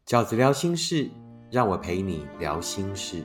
饺子聊心事，让我陪你聊心事。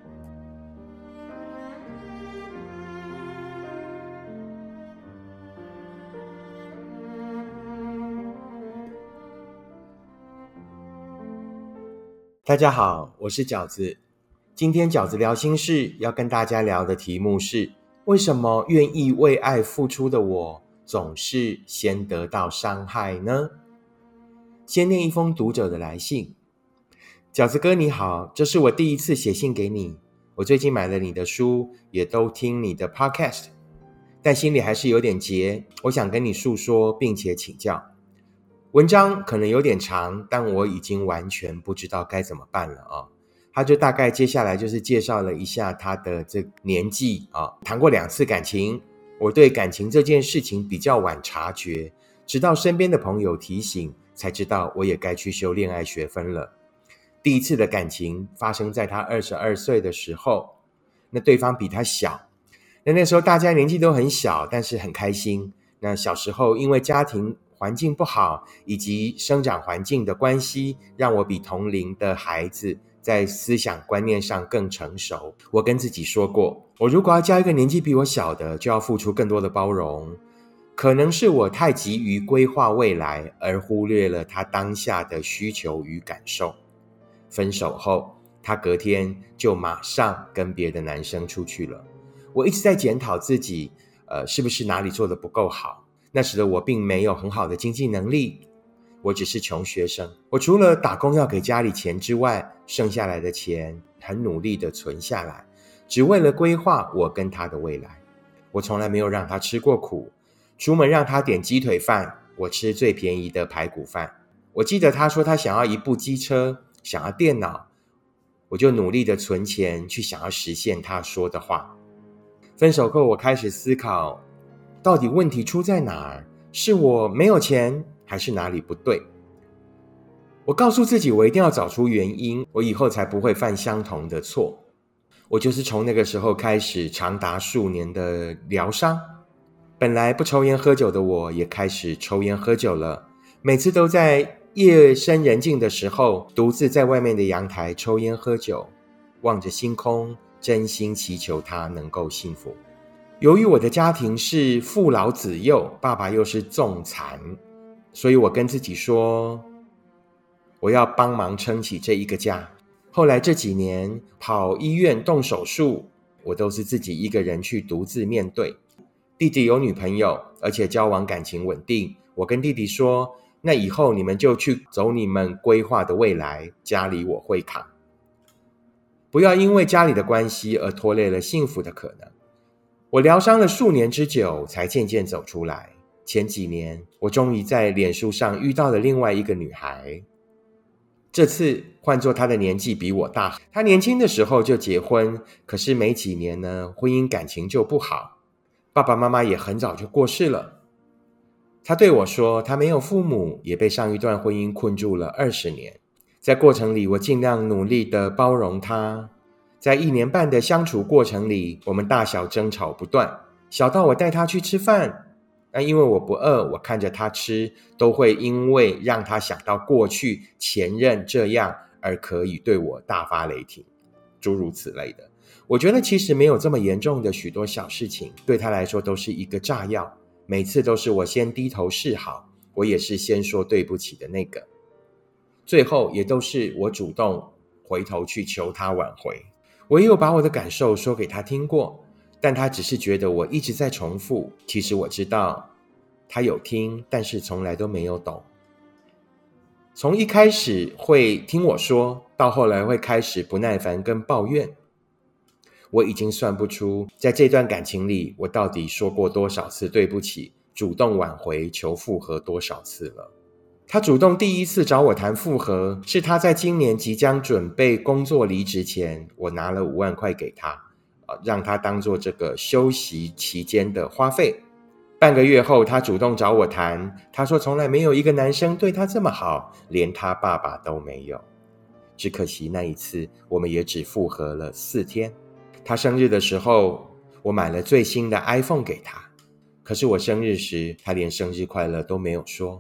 大家好，我是饺子。今天饺子聊心事要跟大家聊的题目是：为什么愿意为爱付出的我，总是先得到伤害呢？先念一封读者的来信。饺子哥你好，这是我第一次写信给你。我最近买了你的书，也都听你的 podcast， 但心里还是有点结，我想跟你诉说并且请教。文章可能有点长，但我已经完全不知道该怎么办了啊。他就大概接下来就是介绍了一下他的这年纪啊，谈过2次感情。我对感情这件事情比较晚察觉，直到身边的朋友提醒，才知道我也该去修恋爱学分了。第一次的感情发生在他22岁的时候，那对方比他小，那时候大家年纪都很小，但是很开心。那小时候因为家庭环境不好，以及生长环境的关系，让我比同龄的孩子在思想观念上更成熟。我跟自己说过，我如果要交一个年纪比我小的，就要付出更多的包容。可能是我太急于规划未来，而忽略了他当下的需求与感受。分手后，他隔天就马上跟别的男生出去了。我一直在检讨自己，是不是哪里做得不够好。那时的我并没有很好的经济能力，我只是穷学生。我除了打工要给家里钱之外，剩下来的钱很努力的存下来，只为了规划我跟他的未来。我从来没有让他吃过苦，出门让他点鸡腿饭，我吃最便宜的排骨饭。我记得他说他想要一部机车，想要电脑，我就努力的存钱去想要实现他说的话。分手后，我开始思考，到底问题出在哪儿？是我没有钱，还是哪里不对？我告诉自己，我一定要找出原因，我以后才不会犯相同的错。我就是从那个时候开始长达数年的疗伤。本来不抽烟喝酒的我，也开始抽烟喝酒了。每次都在夜深人静的时候，独自在外面的阳台抽烟喝酒，望着星空，真心祈求他能够幸福。由于我的家庭是父老子幼，爸爸又是重残，所以我跟自己说，我要帮忙撑起这一个家。后来这几年跑医院动手术，我都是自己一个人去独自面对。弟弟有女朋友，而且交往感情稳定。我跟弟弟说，那以后你们就去走你们规划的未来，家里我会扛。不要因为家里的关系而拖累了幸福的可能。我疗伤了数年之久，才渐渐走出来。前几年，我终于在脸书上遇到了另外一个女孩。这次换作她的年纪比我大，她年轻的时候就结婚，可是没几年呢，婚姻感情就不好，爸爸妈妈也很早就过世了。她对我说，她没有父母，也被上一段婚姻困住了20年。在过程里，我尽量努力的包容她。在1年半的相处过程里，我们大小争吵不断，小到我带她去吃饭，因为我不饿，我看着她吃，都会因为让她想到过去前任这样而可以对我大发雷霆，诸如此类的。我觉得其实没有这么严重的许多小事情，对她来说都是一个炸药。每次都是我先低头示好，我也是先说对不起的那个，最后也都是我主动回头去求她挽回。我也有把我的感受说给她听过，但她只是觉得我一直在重复。其实我知道她有听，但是从来都没有懂。从一开始会听我说，到后来会开始不耐烦跟抱怨。我已经算不出在这段感情里，我到底说过多少次对不起，主动挽回求复合多少次了。他主动第一次找我谈复合，是他在今年即将准备工作离职前，我拿了5万块给他，让他当做这个休息期间的花费。半个月后，他主动找我谈，他说从来没有一个男生对他这么好，连他爸爸都没有。只可惜那一次，我们也只复合了4天。他生日的时候，我买了最新的 iPhone 给他，可是我生日时，他连生日快乐都没有说。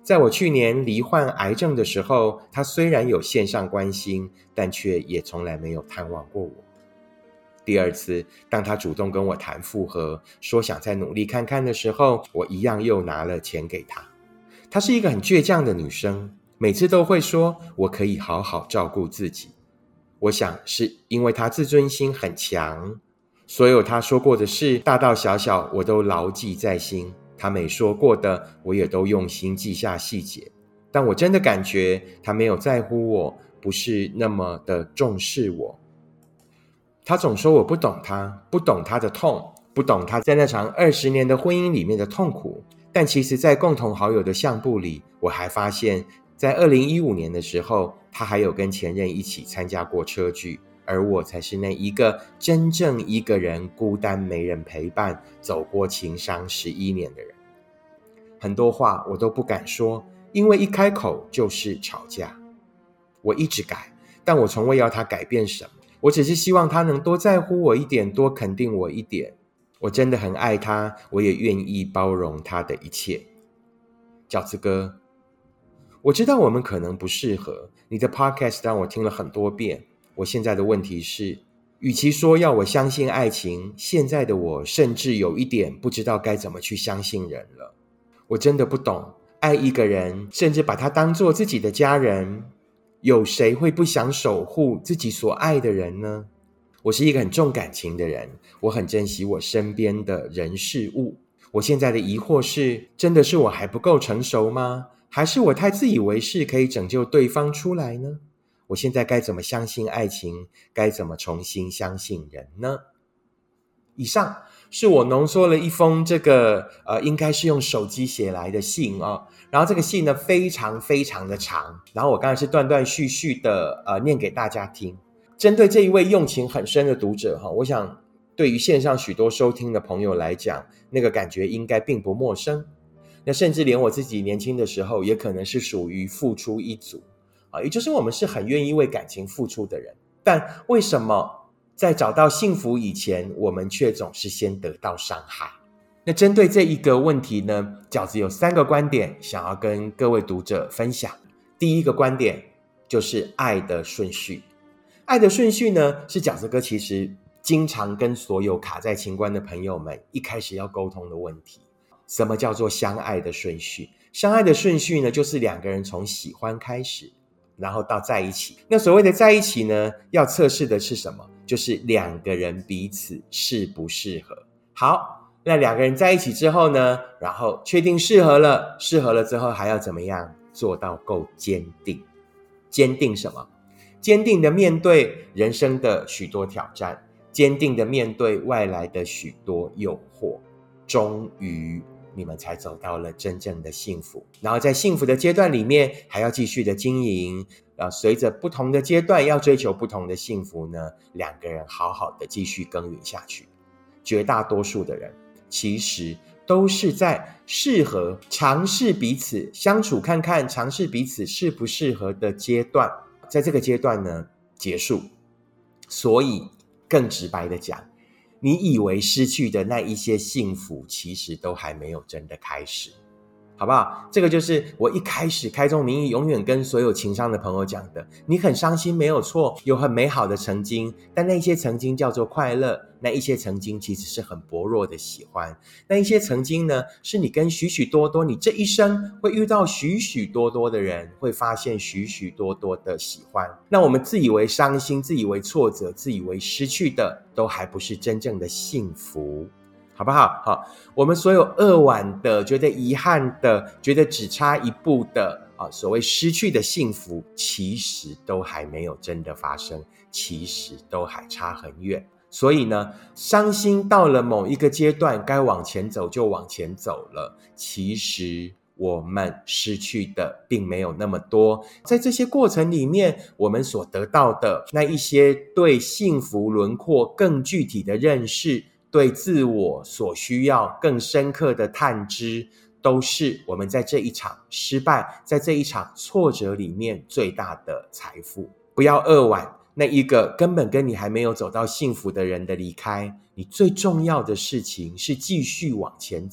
在我去年罹患癌症的时候，他虽然有线上关心，但却也从来没有探望过我。第二次，当他主动跟我谈复合，说想再努力看看的时候，我一样又拿了钱给他。她是一个很倔强的女生，每次都会说我可以好好照顾自己。我想是因为她自尊心很强，所有她说过的事，大到小小我都牢记在心，她没说过的我也都用心记下细节。但我真的感觉她没有在乎我，不是那么的重视我。他总说我不懂他，不懂他的痛，不懂他在那场20年的婚姻里面的痛苦。但其实在共同好友的相簿里，我还发现在2015年的时候，他还有跟前任一起参加过车聚，而我才是那一个真正一个人孤单没人陪伴，走过情伤11年的人。很多话我都不敢说，因为一开口就是吵架。我一直改，但我从未要他改变什么，我只是希望他能多在乎我一点，多肯定我一点。我真的很爱他，我也愿意包容他的一切。饺子哥，我知道我们可能不适合，你的 podcast 让我听了很多遍。我现在的问题是，与其说要我相信爱情，现在的我甚至有一点不知道该怎么去相信人了。我真的不懂，爱一个人，甚至把他当作自己的家人，有谁会不想守护自己所爱的人呢？我是一个很重感情的人，我很珍惜我身边的人事物。我现在的疑惑是，真的是我还不够成熟吗？还是我太自以为是可以拯救对方出来呢？我现在该怎么相信爱情？该怎么重新相信人呢？以上是我浓缩了一封这个应该是用手机写来的信哦。然后这个信呢非常非常的长，然后我刚才是断断续续的念给大家听。针对这一位用情很深的读者，我想对于线上许多收听的朋友来讲，那个感觉应该并不陌生。那甚至连我自己年轻的时候也可能是属于付出一族，也就是我们是很愿意为感情付出的人，但为什么在找到幸福以前，我们却总是先得到伤害？那针对这一个问题呢，饺子有3个观点想要跟各位读者分享。第一个观点就是爱的顺序。爱的顺序呢，是饺子哥其实经常跟所有卡在情关的朋友们一开始要沟通的问题。什么叫做相爱的顺序？相爱的顺序呢，就是2个人从喜欢开始，然后到在一起。那所谓的在一起呢，要测试的是什么？就是2个人彼此适不适合。好，那2个人在一起之后呢，然后确定适合了之后还要怎么样？做到够坚定。坚定什么？坚定的面对人生的许多挑战，坚定的面对外来的许多诱惑，终于你们才走到了真正的幸福。然后在幸福的阶段里面还要继续的经营，随着不同的阶段要追求不同的幸福呢，2个人好好的继续耕耘下去。绝大多数的人其实都是在适合尝试彼此相处看看，尝试彼此适不适合的阶段，在这个阶段呢结束。所以更直白的讲，你以为失去的那一些幸福，其实都还没有真的开始，好不好？这个就是我一开始开宗明义永远跟所有情商的朋友讲的，你很伤心没有错，有很美好的曾经，但那一些曾经叫做快乐，那一些曾经其实是很薄弱的喜欢，那一些曾经呢，是你跟许许多多，你这一生会遇到许许多多的人，会发现许许多多的喜欢。那我们自以为伤心，自以为挫折，自以为失去的，都还不是真正的幸福，好不好？好，我们所有扼腕的，觉得遗憾的，觉得只差一步的，所谓失去的幸福，其实都还没有真的发生，其实都还差很远。所以呢，伤心到了某一个阶段，该往前走就往前走了，其实我们失去的并没有那么多。在这些过程里面，我们所得到的那一些对幸福轮廓更具体的认识，对自我所需要更深刻的探知，都是我们在这一场失败，在这一场挫折里面最大的财富。不要扼腕那一个根本跟你还没有走到幸福的人的离开，你最重要的事情是继续往前走。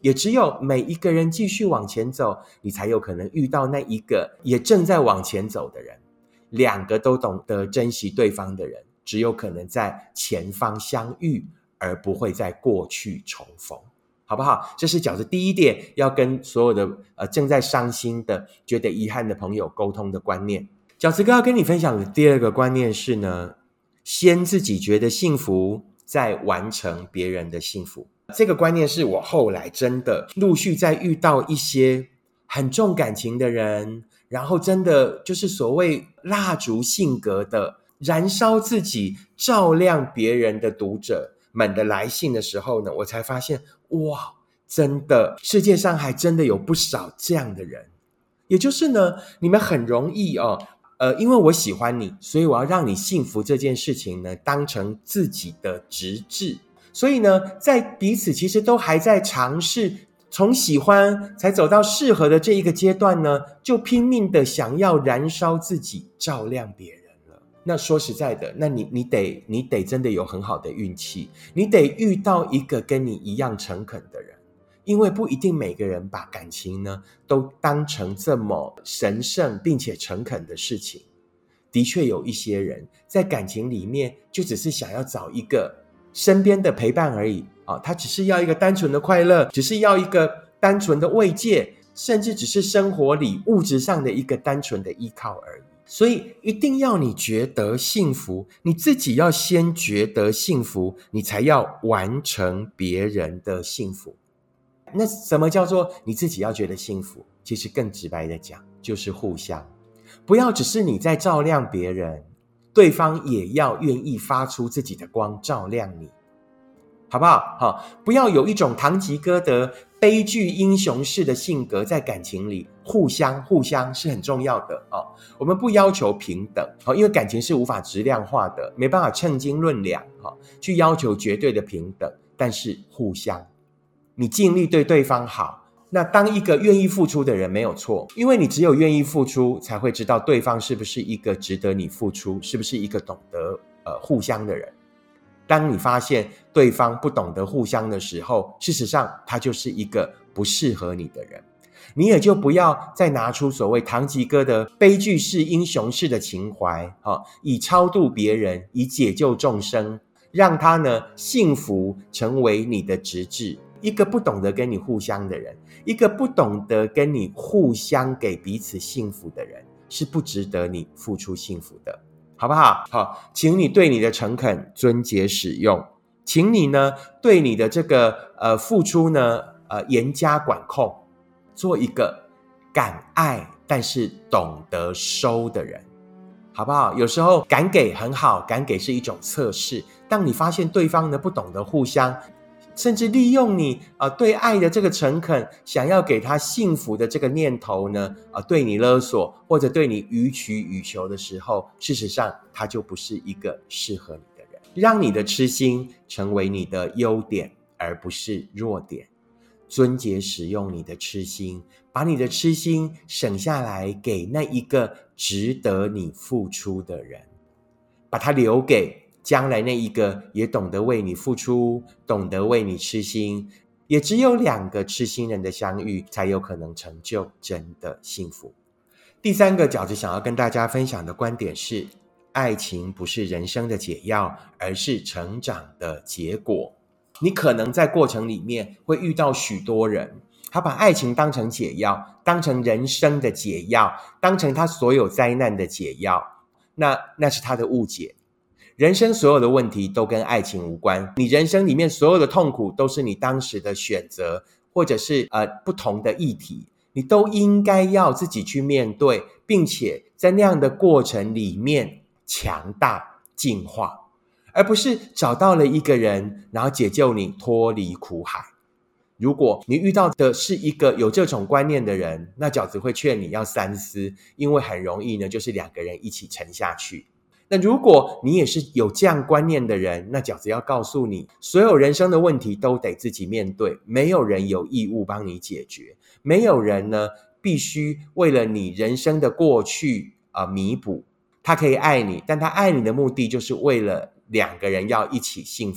也只有每一个人继续往前走，你才有可能遇到那一个也正在往前走的人。两个都懂得珍惜对方的人，只有可能在前方相遇，而不会在过去重逢，好不好？这是饺子第一点要跟所有的正在伤心的觉得遗憾的朋友沟通的观念。饺子哥要跟你分享的第二个观念是呢，先自己觉得幸福，再完成别人的幸福。这个观念是我后来真的陆续在遇到一些很重感情的人，然后真的就是所谓蜡烛性格的燃烧自己照亮别人的读者们的来信的时候呢，我才发现哇，真的世界上还真的有不少这样的人。也就是呢，你们很容易因为我喜欢你，所以我要让你幸福这件事情呢当成自己的职志。所以呢，在彼此其实都还在尝试从喜欢才走到适合的这一个阶段呢，就拼命的想要燃烧自己照亮别人了。那说实在的，那你得真的有很好的运气，你得遇到一个跟你一样诚恳的人，因为不一定每个人把感情呢都当成这么神圣并且诚恳的事情。的确有一些人在感情里面就只是想要找一个身边的陪伴而已，他只是要一个单纯的快乐，只是要一个单纯的慰藉，甚至只是生活里物质上的一个单纯的依靠而已。所以一定要你觉得幸福，你自己要先觉得幸福，你才要完成别人的幸福。那什么叫做你自己要觉得幸福？其实更直白的讲，就是互相。不要只是你在照亮别人，对方也要愿意发出自己的光照亮你，好不好？不要有一种堂吉诃德悲剧英雄式的性格，在感情里互相是很重要的。我们不要求平等，因为感情是无法质量化的，没办法称斤论两去要求绝对的平等，但是互相，你尽力对对方好。那当一个愿意付出的人没有错，因为你只有愿意付出，才会知道对方是不是一个值得你付出，是不是一个懂得互相的人。当你发现对方不懂得互相的时候，事实上他就是一个不适合你的人，你也就不要再拿出所谓堂吉诃德悲剧式英雄式的情怀，以超度别人，以解救众生，让他呢幸福成为你的职志。一个不懂得跟你互相的人，一个不懂得跟你互相给彼此幸福的人，是不值得你付出幸福的，好不好？好，请你对你的诚恳遵节使用，请你呢对你的这个付出呢严加管控，做一个敢爱但是懂得收的人，好不好？有时候敢给很好，敢给是一种测试。当你发现对方呢不懂得互相，甚至利用你对爱的这个诚恳，想要给他幸福的这个念头呢对你勒索，或者对你予取予求的时候，事实上他就不是一个适合你的人。让你的痴心成为你的优点，而不是弱点。遵节使用你的痴心，把你的痴心省下来给那一个值得你付出的人，把它留给将来那一个也懂得为你付出，懂得为你痴心。也只有两个痴心人的相遇，才有可能成就真的幸福。第三个饺子想要跟大家分享的观点是，爱情不是人生的解药，而是成长的结果。你可能在过程里面会遇到许多人，他把爱情当成解药，当成人生的解药，当成他所有灾难的解药，那是他的误解。人生所有的问题都跟爱情无关，你人生里面所有的痛苦都是你当时的选择，或者是不同的议题，你都应该要自己去面对，并且在那样的过程里面强大进化，而不是找到了一个人然后解救你脱离苦海。如果你遇到的是一个有这种观念的人，那饺子会劝你要三思，因为很容易呢就是两个人一起沉下去。那如果你也是有这样观念的人，那饺子要告诉你，所有人生的问题都得自己面对，没有人有义务帮你解决，没有人呢必须为了你人生的过去弥补。他可以爱你，但他爱你的目的就是为了两个人要一起幸福。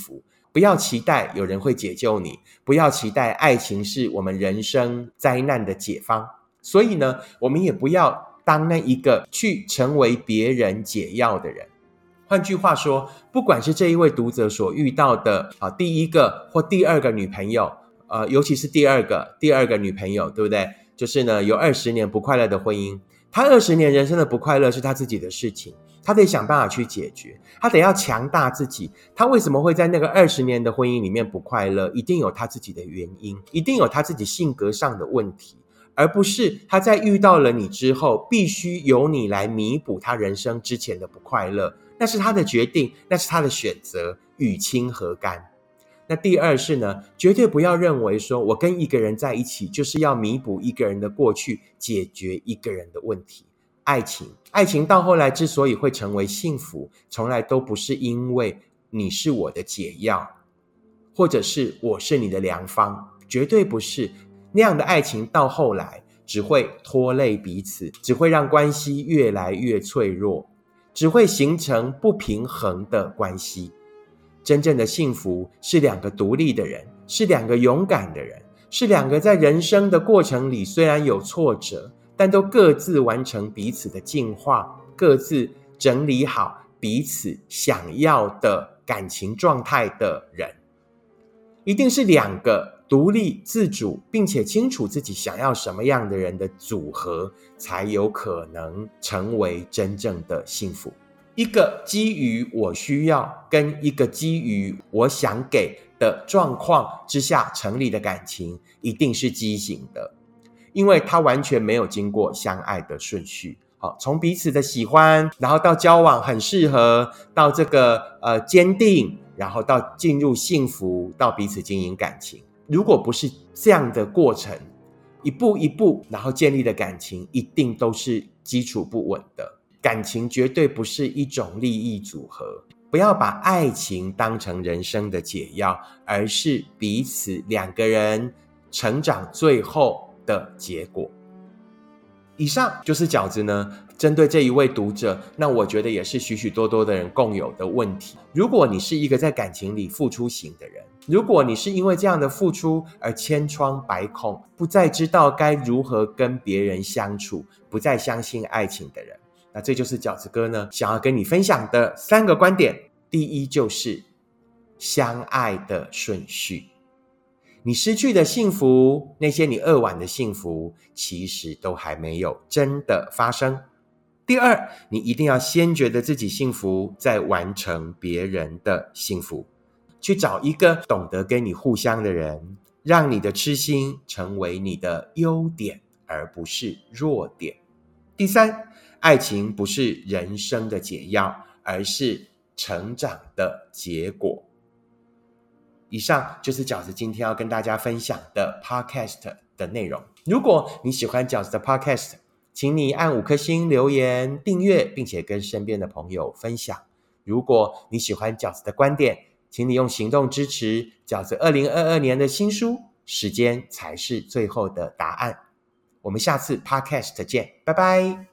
不要期待有人会解救你，不要期待爱情是我们人生灾难的解方。所以呢，我们也不要当那一个去成为别人解药的人。换句话说，不管是这一位读者所遇到的第一个或第二个女朋友，尤其是第二个女朋友，对不对？就是呢，有20年不快乐的婚姻，他20年人生的不快乐是他自己的事情，他得想办法去解决，他得要强大自己。他为什么会在那个20年的婚姻里面不快乐？一定有他自己的原因，一定有他自己性格上的问题，而不是他在遇到了你之后，必须由你来弥补他人生之前的不快乐。那是他的决定，那是他的选择，与亲何干？那第二是呢，绝对不要认为说我跟一个人在一起就是要弥补一个人的过去，解决一个人的问题。爱情到后来之所以会成为幸福，从来都不是因为你是我的解药，或者是我是你的良方，绝对不是。那样的爱情到后来只会拖累彼此，只会让关系越来越脆弱，只会形成不平衡的关系。真正的幸福是两个独立的人，是两个勇敢的人，是两个在人生的过程里虽然有挫折，但都各自完成彼此的进化，各自整理好彼此想要的感情状态的人。一定是两个独立自主并且清楚自己想要什么样的人的组合，才有可能成为真正的幸福。一个基于我需要跟一个基于我想给的状况之下成立的感情，一定是畸形的，因为它完全没有经过相爱的顺序。从彼此的喜欢，然后到交往很适合，到这个坚定，然后到进入幸福，到彼此经营感情。如果不是这样的过程，一步一步然后建立的感情，一定都是基础不稳的。感情绝对不是一种利益组合，不要把爱情当成人生的解药，而是彼此两个人成长最后的结果。以上就是饺子呢针对这一位读者，那我觉得也是许许多多的人共有的问题。如果你是一个在感情里付出型的人，如果你是因为这样的付出而千疮百孔，不再知道该如何跟别人相处，不再相信爱情的人，那这就是饺子哥呢想要跟你分享的3个观点。第一就是相爱的顺序。你失去的幸福，那些你扼腕的幸福，其实都还没有真的发生。第二，你一定要先觉得自己幸福，再完成别人的幸福。去找一个懂得跟你互相的人，让你的痴心成为你的优点，而不是弱点。第三，爱情不是人生的解药，而是成长的结果。以上就是饺子今天要跟大家分享的 Podcast 的内容。如果你喜欢饺子的 Podcast， 请你按5颗星留言订阅，并且跟身边的朋友分享。如果你喜欢饺子的观点，请你用行动支持饺子2022年的新书《时间才是最后的答案》。我们下次 Podcast 见，拜拜。